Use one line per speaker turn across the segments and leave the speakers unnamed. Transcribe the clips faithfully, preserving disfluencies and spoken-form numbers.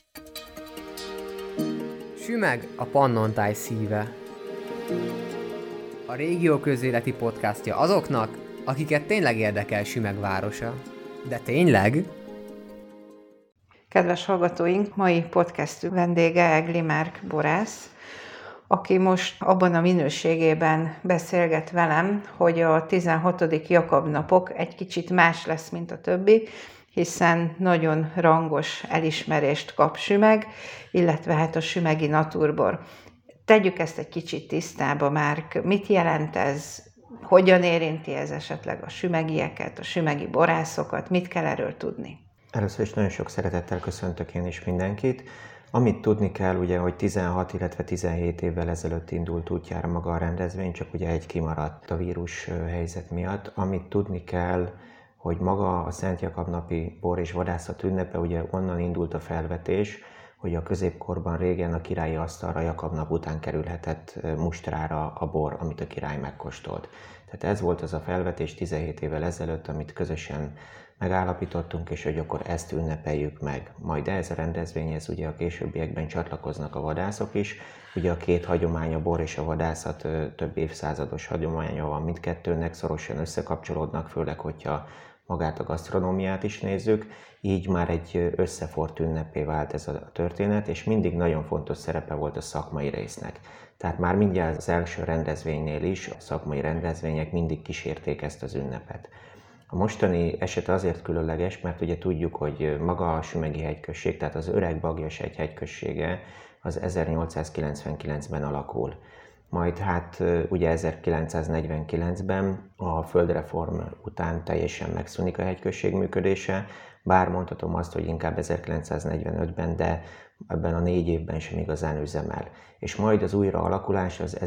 Sümeg a Pannontáj szíve. A régió közéleti podcastja azoknak, akiket tényleg érdekel Sümeg városa. De tényleg?
Kedves hallgatóink, mai podcastünk vendége Egli Márk borász, aki most abban a minőségében beszélget velem, hogy a tizenhatodik Jakab napok egy kicsit más lesz, mint a többi, hiszen nagyon rangos elismerést kap Sümeg, illetve hát a sümegi naturbor. Tegyük ezt egy kicsit tisztába, Márk. Mit jelent ez? Hogyan érinti ez esetleg a sümegieket, a sümegi borászokat? Mit kell erről tudni?
Először is nagyon sok szeretettel köszöntök én is mindenkit. Amit tudni kell, ugye, hogy tizenhat, illetve tizenhét évvel ezelőtt indult útjára maga a rendezvény, csak ugye egy kimaradt a vírus helyzet miatt. Amit tudni kell, hogy maga a Szent Jakab napi bor és vadászat ünnepe, ugye onnan indult a felvetés, hogy a középkorban régen a királyi asztalra Jakab nap után kerülhetett mustrára a bor, amit a király megkóstolt. Tehát ez volt az a felvetés tizenhét évvel ezelőtt, amit közösen megállapítottunk, és hogy akkor ezt ünnepeljük meg. Majd ez a rendezvényhez ugye a későbbiekben csatlakoznak a vadászok is. Ugye a két hagyomány, a bor és a vadászat több évszázados hagyománya van mindkettőnek, szorosan összekapcsolódnak, főleg, hogyha magát a gasztronómiát is nézzük. Így már egy összefort ünnepé vált ez a történet, és mindig nagyon fontos szerepe volt a szakmai résznek. Tehát már mindjárt az első rendezvénynél is, a szakmai rendezvények mindig kísérték ezt az ünnepet. A mostani eset azért különleges, mert ugye tudjuk, hogy maga a sümegi hegyközség, tehát az öreg Bagjasegy hegyközsége az ezernyolcszázkilencvenkilencben alakul. Majd hát ugye ezerkilencszáznegyvenkilencben a földreform után teljesen megszűnik a hegyközség működése, bár mondhatom azt, hogy inkább ezerkilencszáznegyvenötben, de ebben a négy évben sem igazán üzemel. És majd az újraalakulás az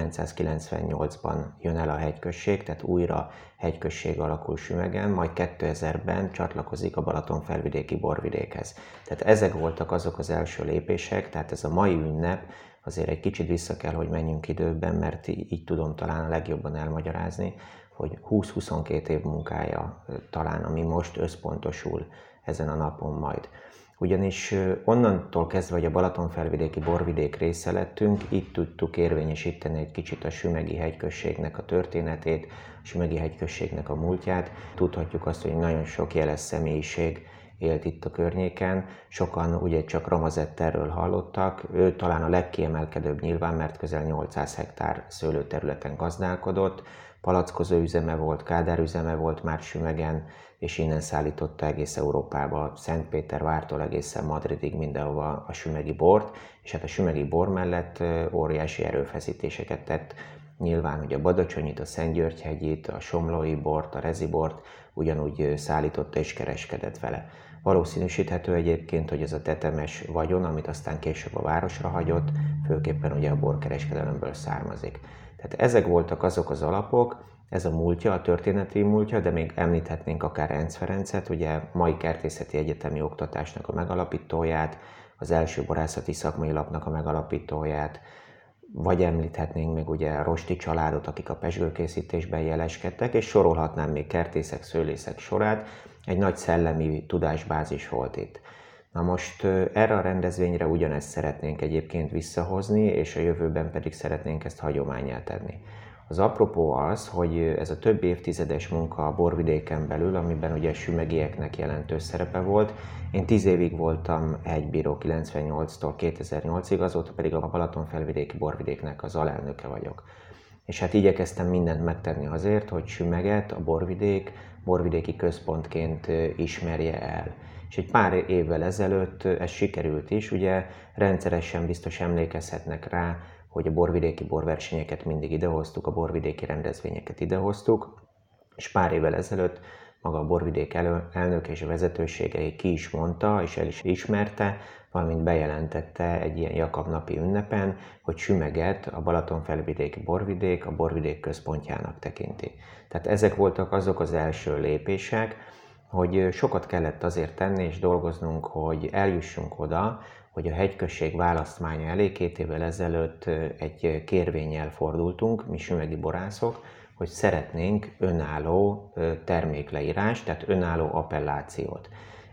ezerkilencszázkilencvennyolcban jön el a hegyközség, tehát újra hegyközség alakul Sümegen, majd kétezerben csatlakozik a Balatonfelvidéki borvidékhez. Tehát ezek voltak azok az első lépések, tehát ez a mai ünnep, azért egy kicsit vissza kell, hogy menjünk időben, mert így tudom talán a legjobban elmagyarázni, hogy húsz-huszonkét év munkája talán, ami most összpontosul ezen a napon majd. Ugyanis onnantól kezdve, hogy a Balatonfelvidéki borvidék része lettünk, itt tudtuk érvényesíteni egy kicsit a sümegi hegyközségnek a történetét, a sümegi hegyközségnek a múltját. Tudhatjuk azt, hogy nagyon sok jeles személyiség élt itt a környéken. Sokan ugye csak Ramazetterről hallottak, ő talán a legkiemelkedőbb nyilván, mert közel nyolcszáz hektár szőlőterületen gazdálkodott, palackozó üzeme volt, kádár üzeme volt már Sümegen, és innen szállította egész Európába, Szentpétervártól egészen Madridig mindenhova a sümegi bort, és hát a sümegi bor mellett óriási erőfeszítéseket tett, nyilván, hogy a Badacsonyit, a Szentgyörgyhegyit, a somlói bort, a rezibort ugyanúgy szállította és kereskedett vele. Valószínűsíthető egyébként, hogy ez a tetemes vagyon, amit aztán később a városra hagyott, főképpen ugye a borkereskedelemből származik. Tehát ezek voltak azok az alapok, ez a múltja, a történeti múltja, de még említhetnénk akár Encz Ferencet, ugye mai kertészeti egyetemi oktatásnak a megalapítóját, az első borászati szakmai lapnak a megalapítóját, vagy említhetnénk még ugye a Rosti családot, akik a pezsgőkészítésben jeleskedtek, és sorolhatnám még kertészek, szőlészek sorát, egy nagy szellemi tudásbázis volt itt. Na most erre a rendezvényre ugyanezt szeretnénk egyébként visszahozni, és a jövőben pedig szeretnénk ezt hagyománnyá tenni. Az apropó az, hogy ez a több évtizedes munka a borvidéken belül, amiben ugye a sümegieknek jelentős szerepe volt. Én tíz évig voltam hegybíró kilencvennyolctól kétezer-nyolcig, azóta pedig a Balatonfelvidéki borvidéknek az alelnöke vagyok. És hát igyekeztem mindent megtenni azért, hogy Sümeget a borvidék borvidéki központként ismerje el. És egy pár évvel ezelőtt ez sikerült is, ugye rendszeresen biztos emlékezhetnek rá, hogy a borvidéki borversenyeket mindig idehoztuk, a borvidéki rendezvényeket idehoztuk, és pár évvel ezelőtt maga a borvidék elnök és a vezetőségei ki is mondta, és el is ismerte, valamint bejelentette egy ilyen Jakab napi ünnepen, hogy Sümeget a Balatonfelvidéki borvidék a borvidék központjának tekinti. Tehát ezek voltak azok az első lépések, hogy sokat kellett azért tenni és dolgoznunk, hogy eljussunk oda, hogy a hegyközség választmánya elé két évvel ezelőtt egy kérvénnyel fordultunk, mi sümegi borászok, hogy szeretnénk önálló termékleírás, tehát önálló appellációt.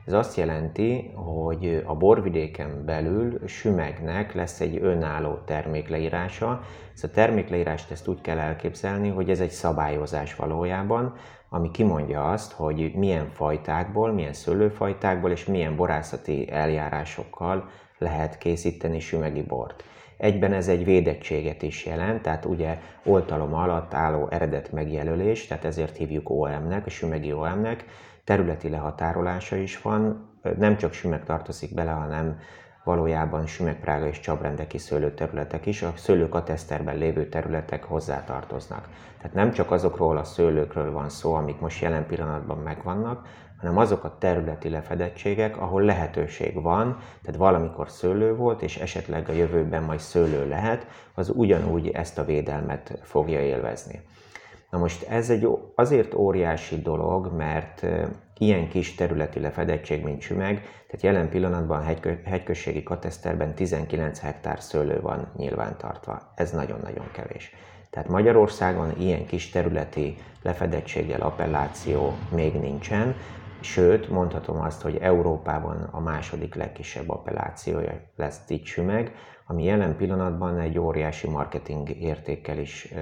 Ez azt jelenti, hogy a borvidéken belül sümegnek lesz egy önálló termékleírása. Ez a termékleírást ezt úgy kell elképzelni, hogy ez egy szabályozás valójában, ami kimondja azt, hogy milyen fajtákból, milyen szőlőfajtákból és milyen borászati eljárásokkal lehet készíteni sümegi bort. Egyben ez egy védettséget is jelent, tehát ugye oltalom alatt álló eredet megjelölés, tehát ezért hívjuk o em-nek, a sümegi o em-nek, területi lehatárolása is van, nem csak sümeg tartozik bele, hanem valójában sümegprága és csabrendeki szőlőterületek is, a szőlőkateszterben lévő területek hozzátartoznak. Tehát nem csak azokról a szőlőkről van szó, amik most jelen pillanatban megvannak, hanem azok a területi lefedettségek, ahol lehetőség van, tehát valamikor szőlő volt, és esetleg a jövőben majd szőlő lehet, az ugyanúgy ezt a védelmet fogja élvezni. Na most ez egy azért óriási dolog, mert ilyen kis területi lefedettség, mint sümeg, tehát jelen pillanatban a hegyközségi kateszterben tizenkilenc hektár szőlő van nyilvántartva. Ez nagyon-nagyon kevés. Tehát Magyarországon ilyen kis területi lefedettséggel appelláció még nincsen, sőt, mondhatom azt, hogy Európában a második legkisebb appellációja lesz itt sümeg, ami jelen pillanatban egy óriási marketing értékkel is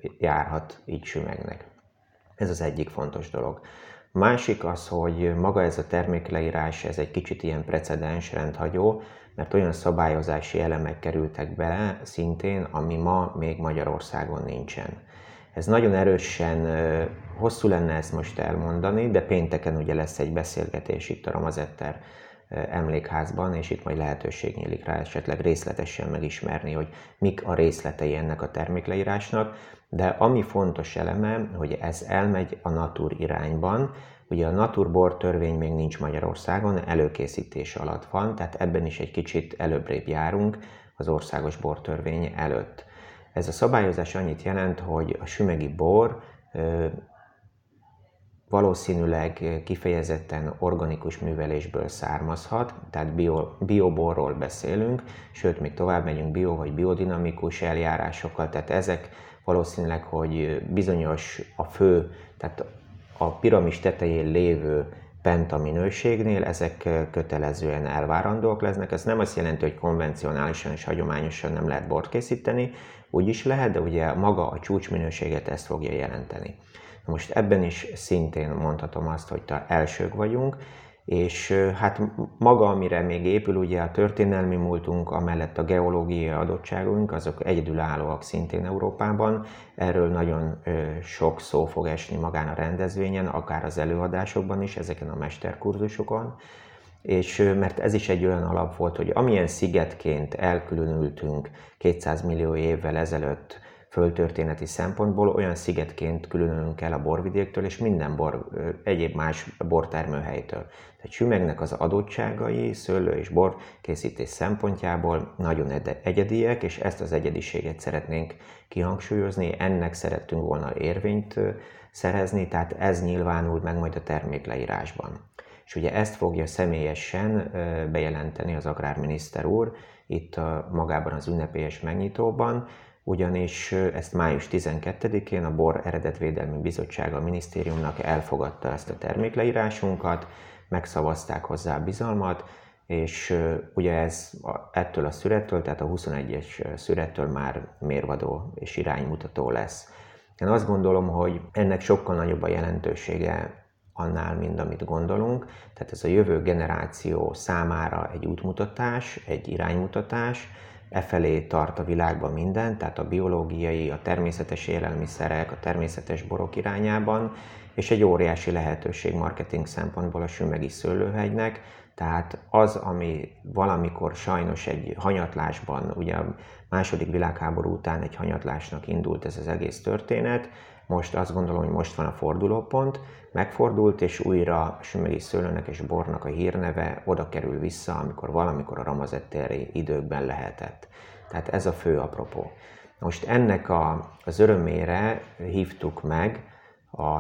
járhat így sümegnek. Ez az egyik fontos dolog. A másik az, hogy maga ez a termékleírás, ez egy kicsit ilyen precedens, rendhagyó, mert olyan szabályozási elemek kerültek bele szintén, ami ma még Magyarországon nincsen. Ez nagyon erősen, hosszú lenne ezt most elmondani, de pénteken ugye lesz egy beszélgetés itt a Ramazetter emlékházban, és itt majd lehetőség nyílik rá esetleg részletesen megismerni, hogy mik a részletei ennek a termékleírásnak, de ami fontos eleme, hogy ez elmegy a Natur irányban. Ugye a Natur bortörvény még nincs Magyarországon, előkészítés alatt van, tehát ebben is egy kicsit előbbrébb járunk az országos bortörvény előtt. Ez a szabályozás annyit jelent, hogy a sümegi bor valószínűleg kifejezetten organikus művelésből származhat, tehát bio, bioborról beszélünk, sőt, még tovább megyünk bio vagy biodinamikus eljárásokkal, tehát ezek valószínűleg, hogy bizonyos a fő, tehát a piramis tetején lévő penta minőségnél ezek kötelezően elvárandóak lesznek. Ez nem azt jelenti, hogy konvencionálisan és hagyományosan nem lehet bort készíteni, úgy is lehet, de ugye maga a csúcsminőséget ezt fogja jelenteni. Most ebben is szintén mondhatom azt, hogy elsők vagyunk, és hát maga, amire még épül ugye a történelmi múltunk, amellett a geológiai adottságunk, azok egyedülállóak szintén Európában. Erről nagyon sok szó fog esni magán a rendezvényen, akár az előadásokban is, ezeken a mesterkurzusokon. És mert ez is egy olyan alap volt, hogy amilyen szigetként elkülönültünk kétszáz millió évvel ezelőtt földtörténeti szempontból, olyan szigetként különülünk el a borvidéktől és minden bor, egyéb más bortermőhelytől. Tehát sümegnek az adottságai, szőlő és borkészítés szempontjából nagyon egyediek, és ezt az egyediséget szeretnénk kihangsúlyozni, ennek szerettünk volna érvényt szerezni, tehát ez nyilvánul meg majd a termékleírásban. És ugye ezt fogja személyesen bejelenteni az agrárminiszter úr itt a, magában az ünnepélyes megnyitóban, ugyanis ezt május tizenkettedikén a Bor Eredetvédelmi Bizottsága a minisztériumnak elfogadta ezt a termékleírásunkat, megszavazták hozzá a bizalmat, és ugye ez ettől a szürettől, tehát a huszonegyes szürettől már mérvadó és iránymutató lesz. Én azt gondolom, hogy ennek sokkal nagyobb a jelentősége annál, mint amit gondolunk. Tehát ez a jövő generáció számára egy útmutatás, egy iránymutatás, e felé tart a világban minden, tehát a biológiai, a természetes élelmiszerek, a természetes borok irányában, és egy óriási lehetőség marketing szempontból a sümegi szőlőhegynek, tehát az, ami valamikor sajnos egy hanyatlásban, ugye a második világháború után egy hanyatlásnak indult ez az egész történet, most azt gondolom, hogy most van a fordulópont, megfordult, és újra a sümegi szőlőnek és bornak a hírneve oda kerül vissza, amikor valamikor a ramazetteri időkben lehetett. Tehát ez a fő apropó. Most ennek a, az örömére hívtuk meg a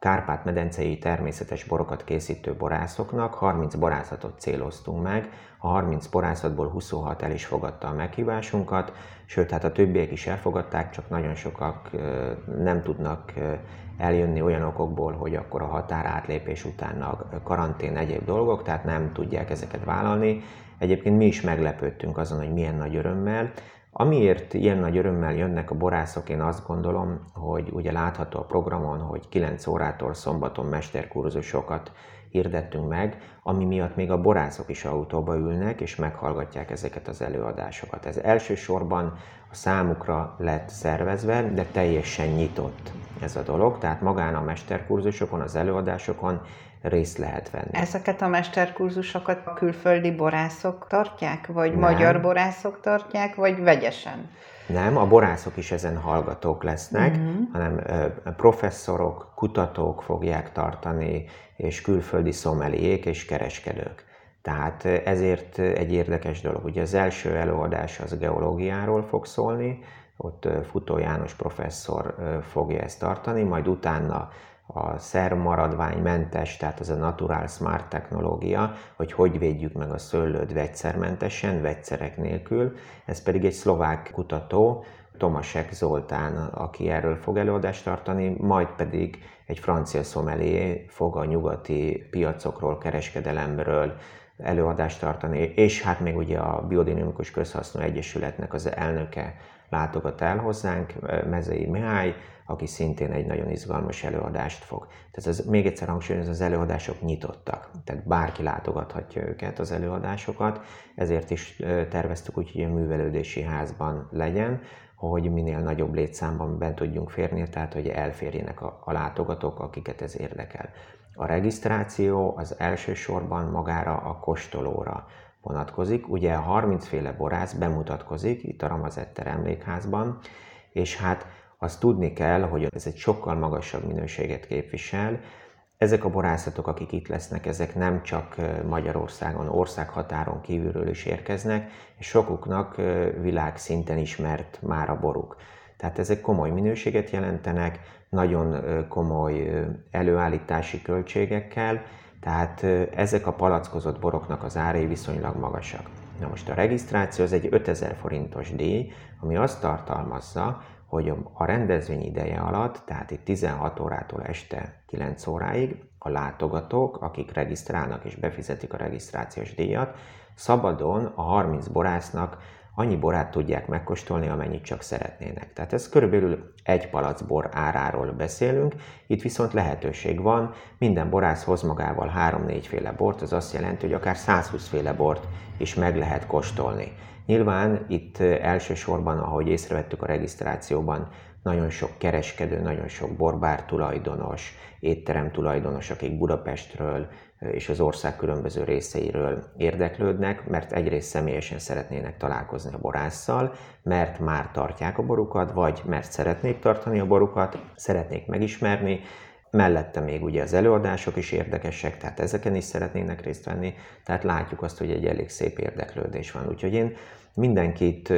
kárpát-medencei természetes borokat készítő borászoknak harminc borászatot céloztunk meg, a harminc borászatból huszonhat el is fogadta a meghívásunkat, sőt, hát a többiek is elfogadták, csak nagyon sokak nem tudnak eljönni olyan okokból, hogy akkor a határátlépés után a karantén, egyéb dolgok, tehát nem tudják ezeket vállalni. Egyébként mi is meglepődtünk azon, hogy milyen nagy örömmel. Amiért ilyen nagy örömmel jönnek a borászok, én azt gondolom, hogy ugye látható a programon, hogy kilenc órától szombaton mesterkurzusokat hirdettünk meg, ami miatt még a borászok is autóba ülnek, és meghallgatják ezeket az előadásokat. Ez elsősorban a számukra lett szervezve, de teljesen nyitott ez a dolog, tehát magán a mesterkurzusokon, az előadásokon részt lehet venni.
Ezeket a mesterkurzusokat a külföldi borászok tartják, vagy
Nem.
magyar borászok tartják, vagy vegyesen?
Nem, a borászok is ezen hallgatók lesznek, uh-huh. hanem professzorok, kutatók fogják tartani, és külföldi szomeliék és kereskedők. Tehát ezért egy érdekes dolog. Ugye az első előadás az geológiáról fog szólni, ott Futó János professzor fogja ezt tartani, majd utána a szermaradványmentes, tehát az a Natural Smart technológia, hogy hogy védjük meg a szőlőt vegyszermentesen, vegyszerek nélkül. Ez pedig egy szlovák kutató, Tomasek Zoltán, aki erről fog előadást tartani, majd pedig egy francia sommelier fog a nyugati piacokról, kereskedelemről előadást tartani, és hát még ugye a Biodinamikus Közhasznú Egyesületnek az elnöke látogat el hozzánk, Mezei Mihály, aki szintén egy nagyon izgalmas előadást fog. Tehát ez, még egyszer hangsúlyozom, az előadások nyitottak, tehát bárki látogathatja őket, az előadásokat, ezért is terveztük úgy, hogy a művelődési házban legyen, hogy minél nagyobb létszámban bent tudjunk férni, tehát hogy elférjenek a, a látogatók, akiket ez érdekel. A regisztráció az elsősorban magára a kóstolóra vonatkozik. Ugye a harminc féle borász bemutatkozik itt a Ramazetter emlékházban, és hát azt tudni kell, hogy ez egy sokkal magasabb minőséget képvisel. Ezek a borászatok, akik itt lesznek, ezek nem csak Magyarországon, országhatáron kívülről is érkeznek, és sokuknak világszinten ismert már a boruk. Tehát ezek komoly minőséget jelentenek, nagyon komoly előállítási költségekkel, tehát ezek a palackozott boroknak az árai viszonylag magasak. Na most a regisztráció az egy ötezer forintos díj, ami azt tartalmazza, hogy a rendezvény ideje alatt, tehát itt tizenhat órától este kilenc óráig a látogatók, akik regisztrálnak és befizetik a regisztrációs díjat, szabadon a harminc borásznak annyi borát tudják megkóstolni, amennyit csak szeretnének. Tehát ez körülbelül egy palac bor áráról beszélünk, itt viszont lehetőség van, minden borász hoz magával három-négy féle bort, az azt jelenti, hogy akár százhúsz féle bort is meg lehet kóstolni. Nyilván itt elsősorban, ahogy észrevettük a regisztrációban, nagyon sok kereskedő, nagyon sok borbár tulajdonos, étterem tulajdonos, akik Budapestről és az ország különböző részeiről érdeklődnek, mert egyrészt személyesen szeretnének találkozni a borásszal, mert már tartják a borukat, vagy mert szeretnék tartani a borukat, szeretnék megismerni, mellette még ugye az előadások is érdekesek, tehát ezeken is szeretnének részt venni, tehát látjuk azt, hogy egy elég szép érdeklődés van. Úgyhogy én mindenkit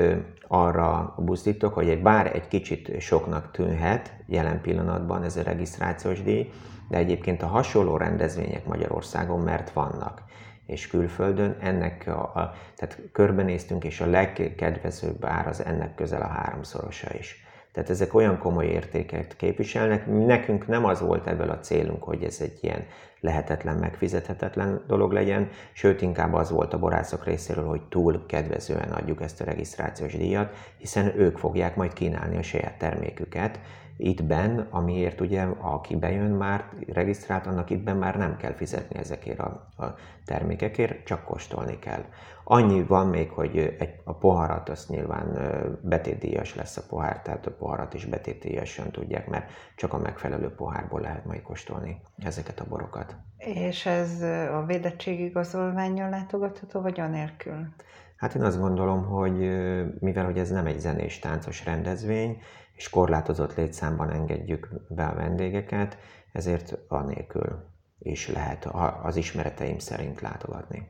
arra buzdítok, hogy egy bár egy kicsit soknak tűnhet jelen pillanatban ez a regisztrációs díj, de egyébként a hasonló rendezvények Magyarországon mert vannak, és külföldön ennek a, a tehát körbenéztünk, és a legkedvezőbb ár az ennek közel a háromszorosa is. Tehát ezek olyan komoly értéket képviselnek. Nekünk nem az volt ebből a célunk, hogy ez egy ilyen lehetetlen, megfizethetetlen dolog legyen, sőt inkább az volt a borászok részéről, hogy túl kedvezően adjuk ezt a regisztrációs díjat, hiszen ők fogják majd kínálni a saját terméküket ittben, amiért ugye aki bejön már regisztrált, annak ittben már nem kell fizetni ezekért a, a termékekért, csak kóstolni kell. Annyi van még, hogy egy, a poharat, az nyilván betétdíjas lesz a pohár, tehát a poharat is betétdíjasan tudják, mert csak a megfelelő pohárból lehet majd kóstolni ezeket a borokat.
És ez a védettségigazolvánnyal látogatható, vagy anélkül?
Hát én azt gondolom, hogy mivel hogy ez nem egy zenés táncos rendezvény, és korlátozott létszámban engedjük be a vendégeket, ezért anélkül is lehet az ismereteim szerint látogatni.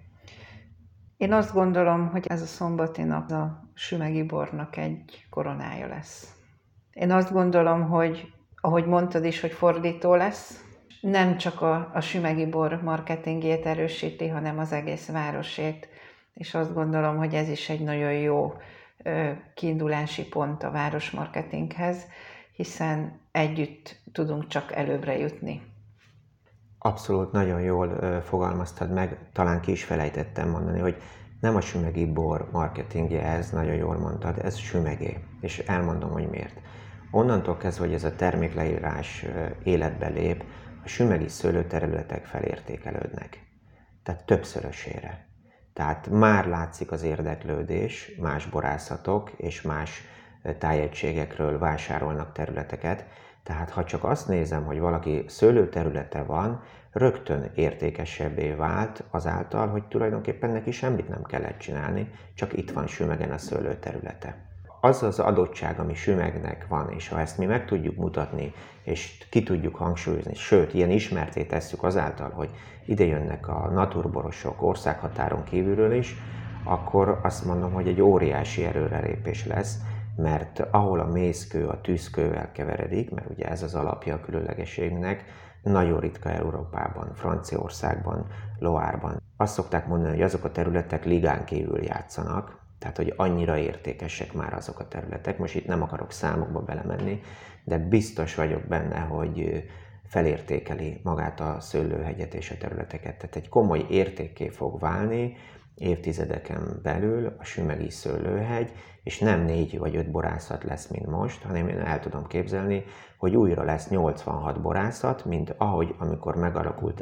Én azt gondolom, hogy ez a szombati nap a sümegi bornak egy koronája lesz. Én azt gondolom, hogy ahogy mondtad is, hogy fordító lesz, nem csak a, a sümegi bor marketingjét erősíti, hanem az egész városét, és azt gondolom, hogy ez is egy nagyon jó ö, kiindulási pont a városmarketinghez, hiszen együtt tudunk csak előbbre jutni.
Abszolút, nagyon jól ö, fogalmaztad meg, talán ki is felejtettem mondani, hogy nem a sümegi bor marketingje ez, nagyon jól mondtad, ez sümegé, és elmondom, hogy miért. Onnantól kezdve, hogy ez a termékleírás életbe lép, a sümegi szőlőterületek felértékelődnek. Tehát többszörösére. Tehát már látszik az érdeklődés, más borászatok és más tájegységekről vásárolnak területeket. Tehát ha csak azt nézem, hogy valaki szőlőterülete van, rögtön értékesebbé vált azáltal, hogy tulajdonképpen neki semmit nem kellett csinálni, csak itt van Sümegen a szőlőterülete. Az az adottság, ami Sümegnek van, és ha ezt mi meg tudjuk mutatni, és ki tudjuk hangsúlyozni, sőt, ilyen ismertté tesszük azáltal, hogy ide jönnek a naturborosok országhatáron kívülről is, akkor azt mondom, hogy egy óriási erőrelépés lesz, mert ahol a mészkő a tűzkővel keveredik, mert ugye ez az alapja a különlegességnek, nagyon ritka Európában, Franciaországban, Loárban. Azt szokták mondani, hogy azok a területek ligán kívül játszanak, tehát hogy annyira értékesek már azok a területek. Most itt nem akarok számokba belemenni, de biztos vagyok benne, hogy felértékeli magát a szőlőhegyet és a területeket. Tehát egy komoly értékké fog válni évtizedeken belül a sümegi szőlőhegy, és nem négy vagy öt borászat lesz, mint most, hanem én el tudom képzelni, hogy újra lesz nyolcvanhat borászat, mint ahogy, amikor megalakult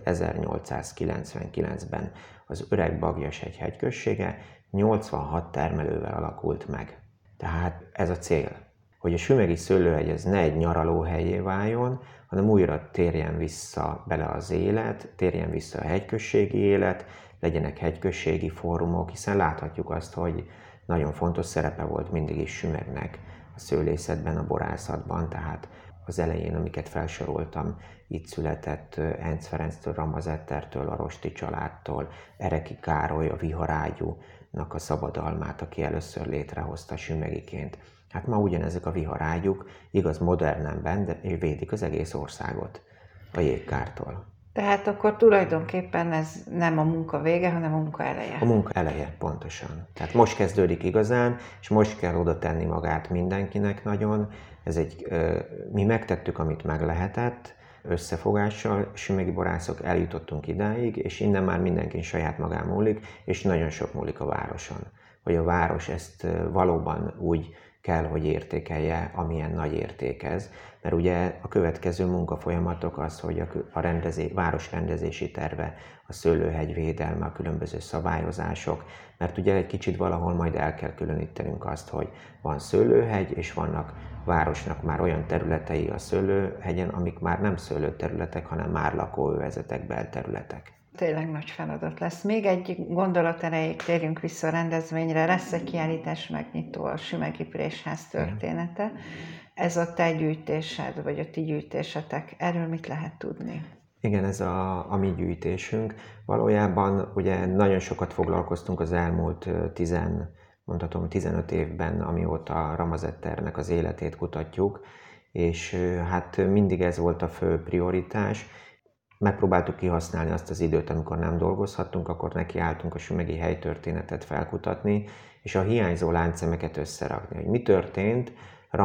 ezernyolcszázkilencvenkilencben az öreg Bagyashegy hegyközsége, nyolcvanhat termelővel alakult meg. Tehát ez a cél, hogy a sümegi szőlőhegy ez ne egy nyaralóhelyé váljon, hanem újra térjen vissza bele az élet, térjen vissza a hegyközségi élet, legyenek hegyközségi fórumok, hiszen láthatjuk azt, hogy nagyon fontos szerepe volt mindig is Sümegnek a szőlészetben, a borászatban, tehát az elején, amiket felsoroltam, itt született Encz Ferenctől, Ramazettertől, a Rosti családtól, Ereki Károly, a viharágyúnak a szabadalmát, aki először létrehozta sümegiként. Hát ma ugyanezek a viharágyúk, igaz modernenben, de védik az egész országot a jégkártól.
Tehát akkor tulajdonképpen ez nem a munka vége, hanem a munka eleje.
A munka eleje, pontosan. Tehát most kezdődik igazán, és most kell oda tenni magát mindenkinek nagyon. Ez egy, mi megtettük, amit meg lehetett, összefogással, sümegi borászok eljutottunk idáig, és innen már mindenki saját magán múlik, és nagyon sok múlik a városon. Hogy a város ezt valóban úgy kell, hogy értékelje, amilyen nagy érték ez. Mert ugye a következő munkafolyamatok az, hogy a, a rendezé, városrendezési terve, a szőlőhegy védelme, a különböző szabályozások, mert ugye egy kicsit valahol majd el kell különítenünk azt, hogy van szőlőhegy, és vannak városnak már olyan területei a szőlőhegyen, amik már nem szőlőterületek, hanem már lakóövezetek, belterületek.
Tényleg nagy feladat lesz. Még egy gondolat erejéig térjünk vissza a rendezvényre. Lesz egy kiállítás megnyitó, a Sümegi Présház története. Ez a te gyűjtésed, vagy a ti gyűjtésetek. Erről mit lehet tudni?
Igen, ez a, a mi gyűjtésünk. Valójában ugye nagyon sokat foglalkoztunk az elmúlt tizen, mondhatom tizenöt évben, amióta Ramazetternek az életét kutatjuk, és hát mindig ez volt a fő prioritás. Megpróbáltuk kihasználni azt az időt, amikor nem dolgozhattunk, akkor nekiálltunk a sümegi helytörténetet felkutatni, és a hiányzó láncszemeket összerakni, hogy mi történt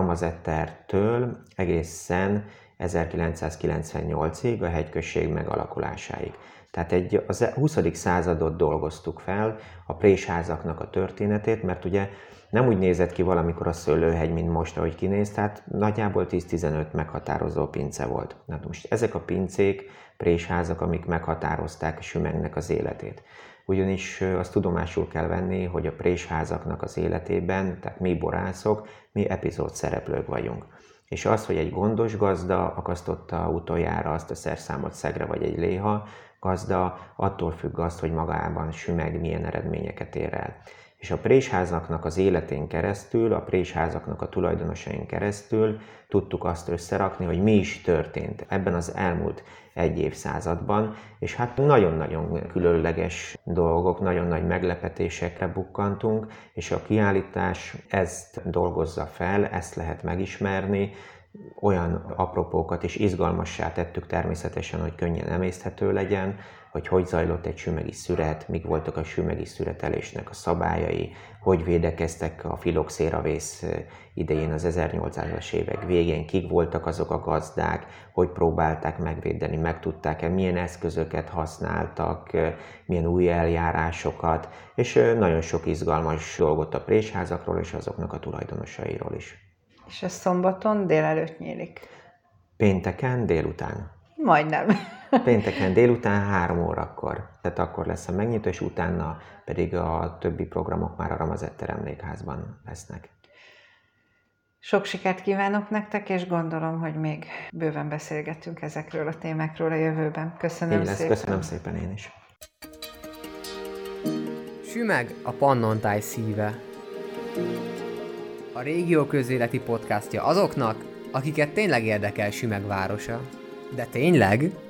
Ramazettertől egészen ezerkilencszázkilencvennyolcig, a hegyközség megalakulásáig. Tehát egy, az huszadik századot dolgoztuk fel, a présházaknak a történetét, mert ugye nem úgy nézett ki valamikor a szőlőhegy, mint most, ahogy kinéz, tehát nagyjából tíz-tizenöt meghatározó pince volt. Na most ezek a pincék, présházak, amik meghatározták a Sümegnek az életét. Ugyanis azt tudomásul kell venni, hogy a présházaknak az életében, tehát mi borászok, mi epizód szereplők vagyunk. És az, hogy egy gondos gazda akasztotta utoljára azt a szerszámot szegre, vagy egy léha gazda, attól függ azt, hogy magában Sümeg milyen eredményeket ér el. És a présházaknak az életén keresztül, a présházaknak a tulajdonosain keresztül tudtuk azt összerakni, hogy mi is történt ebben az elmúlt egy évszázadban, és hát nagyon-nagyon különleges dolgok, nagyon nagy meglepetésekre bukkantunk, és a kiállítás ezt dolgozza fel, ezt lehet megismerni. olyan apropókat is izgalmassá tettük természetesen, hogy könnyen emészthető legyen, hogy hogy zajlott egy sümegi szüret, mik voltak a sümegi szüretelésnek a szabályai, hogy védekeztek a filoxéravész idején az ezernyolcszázas évek végén, kik voltak azok a gazdák, hogy próbálták megvédeni, meg tudták-e, milyen eszközöket használtak, milyen új eljárásokat, és nagyon sok izgalmas dolgot a présházakról és azoknak a tulajdonosairól is.
És ez szombaton délelőtt nyílik?
Pénteken délután.
Majdnem.
Pénteken délután három órakor. Tehát akkor lesz a megnyitó, és utána pedig a többi programok már a Ramazetter Emlékházban lesznek.
Sok sikert kívánok nektek, és gondolom, hogy még bőven beszélgetünk ezekről a témákról a jövőben. Köszönöm
Így lesz,
szépen.
köszönöm szépen én is.
Sümeg a Pannontáj szíve. A régió közéleti podcastja azoknak, akiket tényleg érdekel Sümeg városa. De tényleg?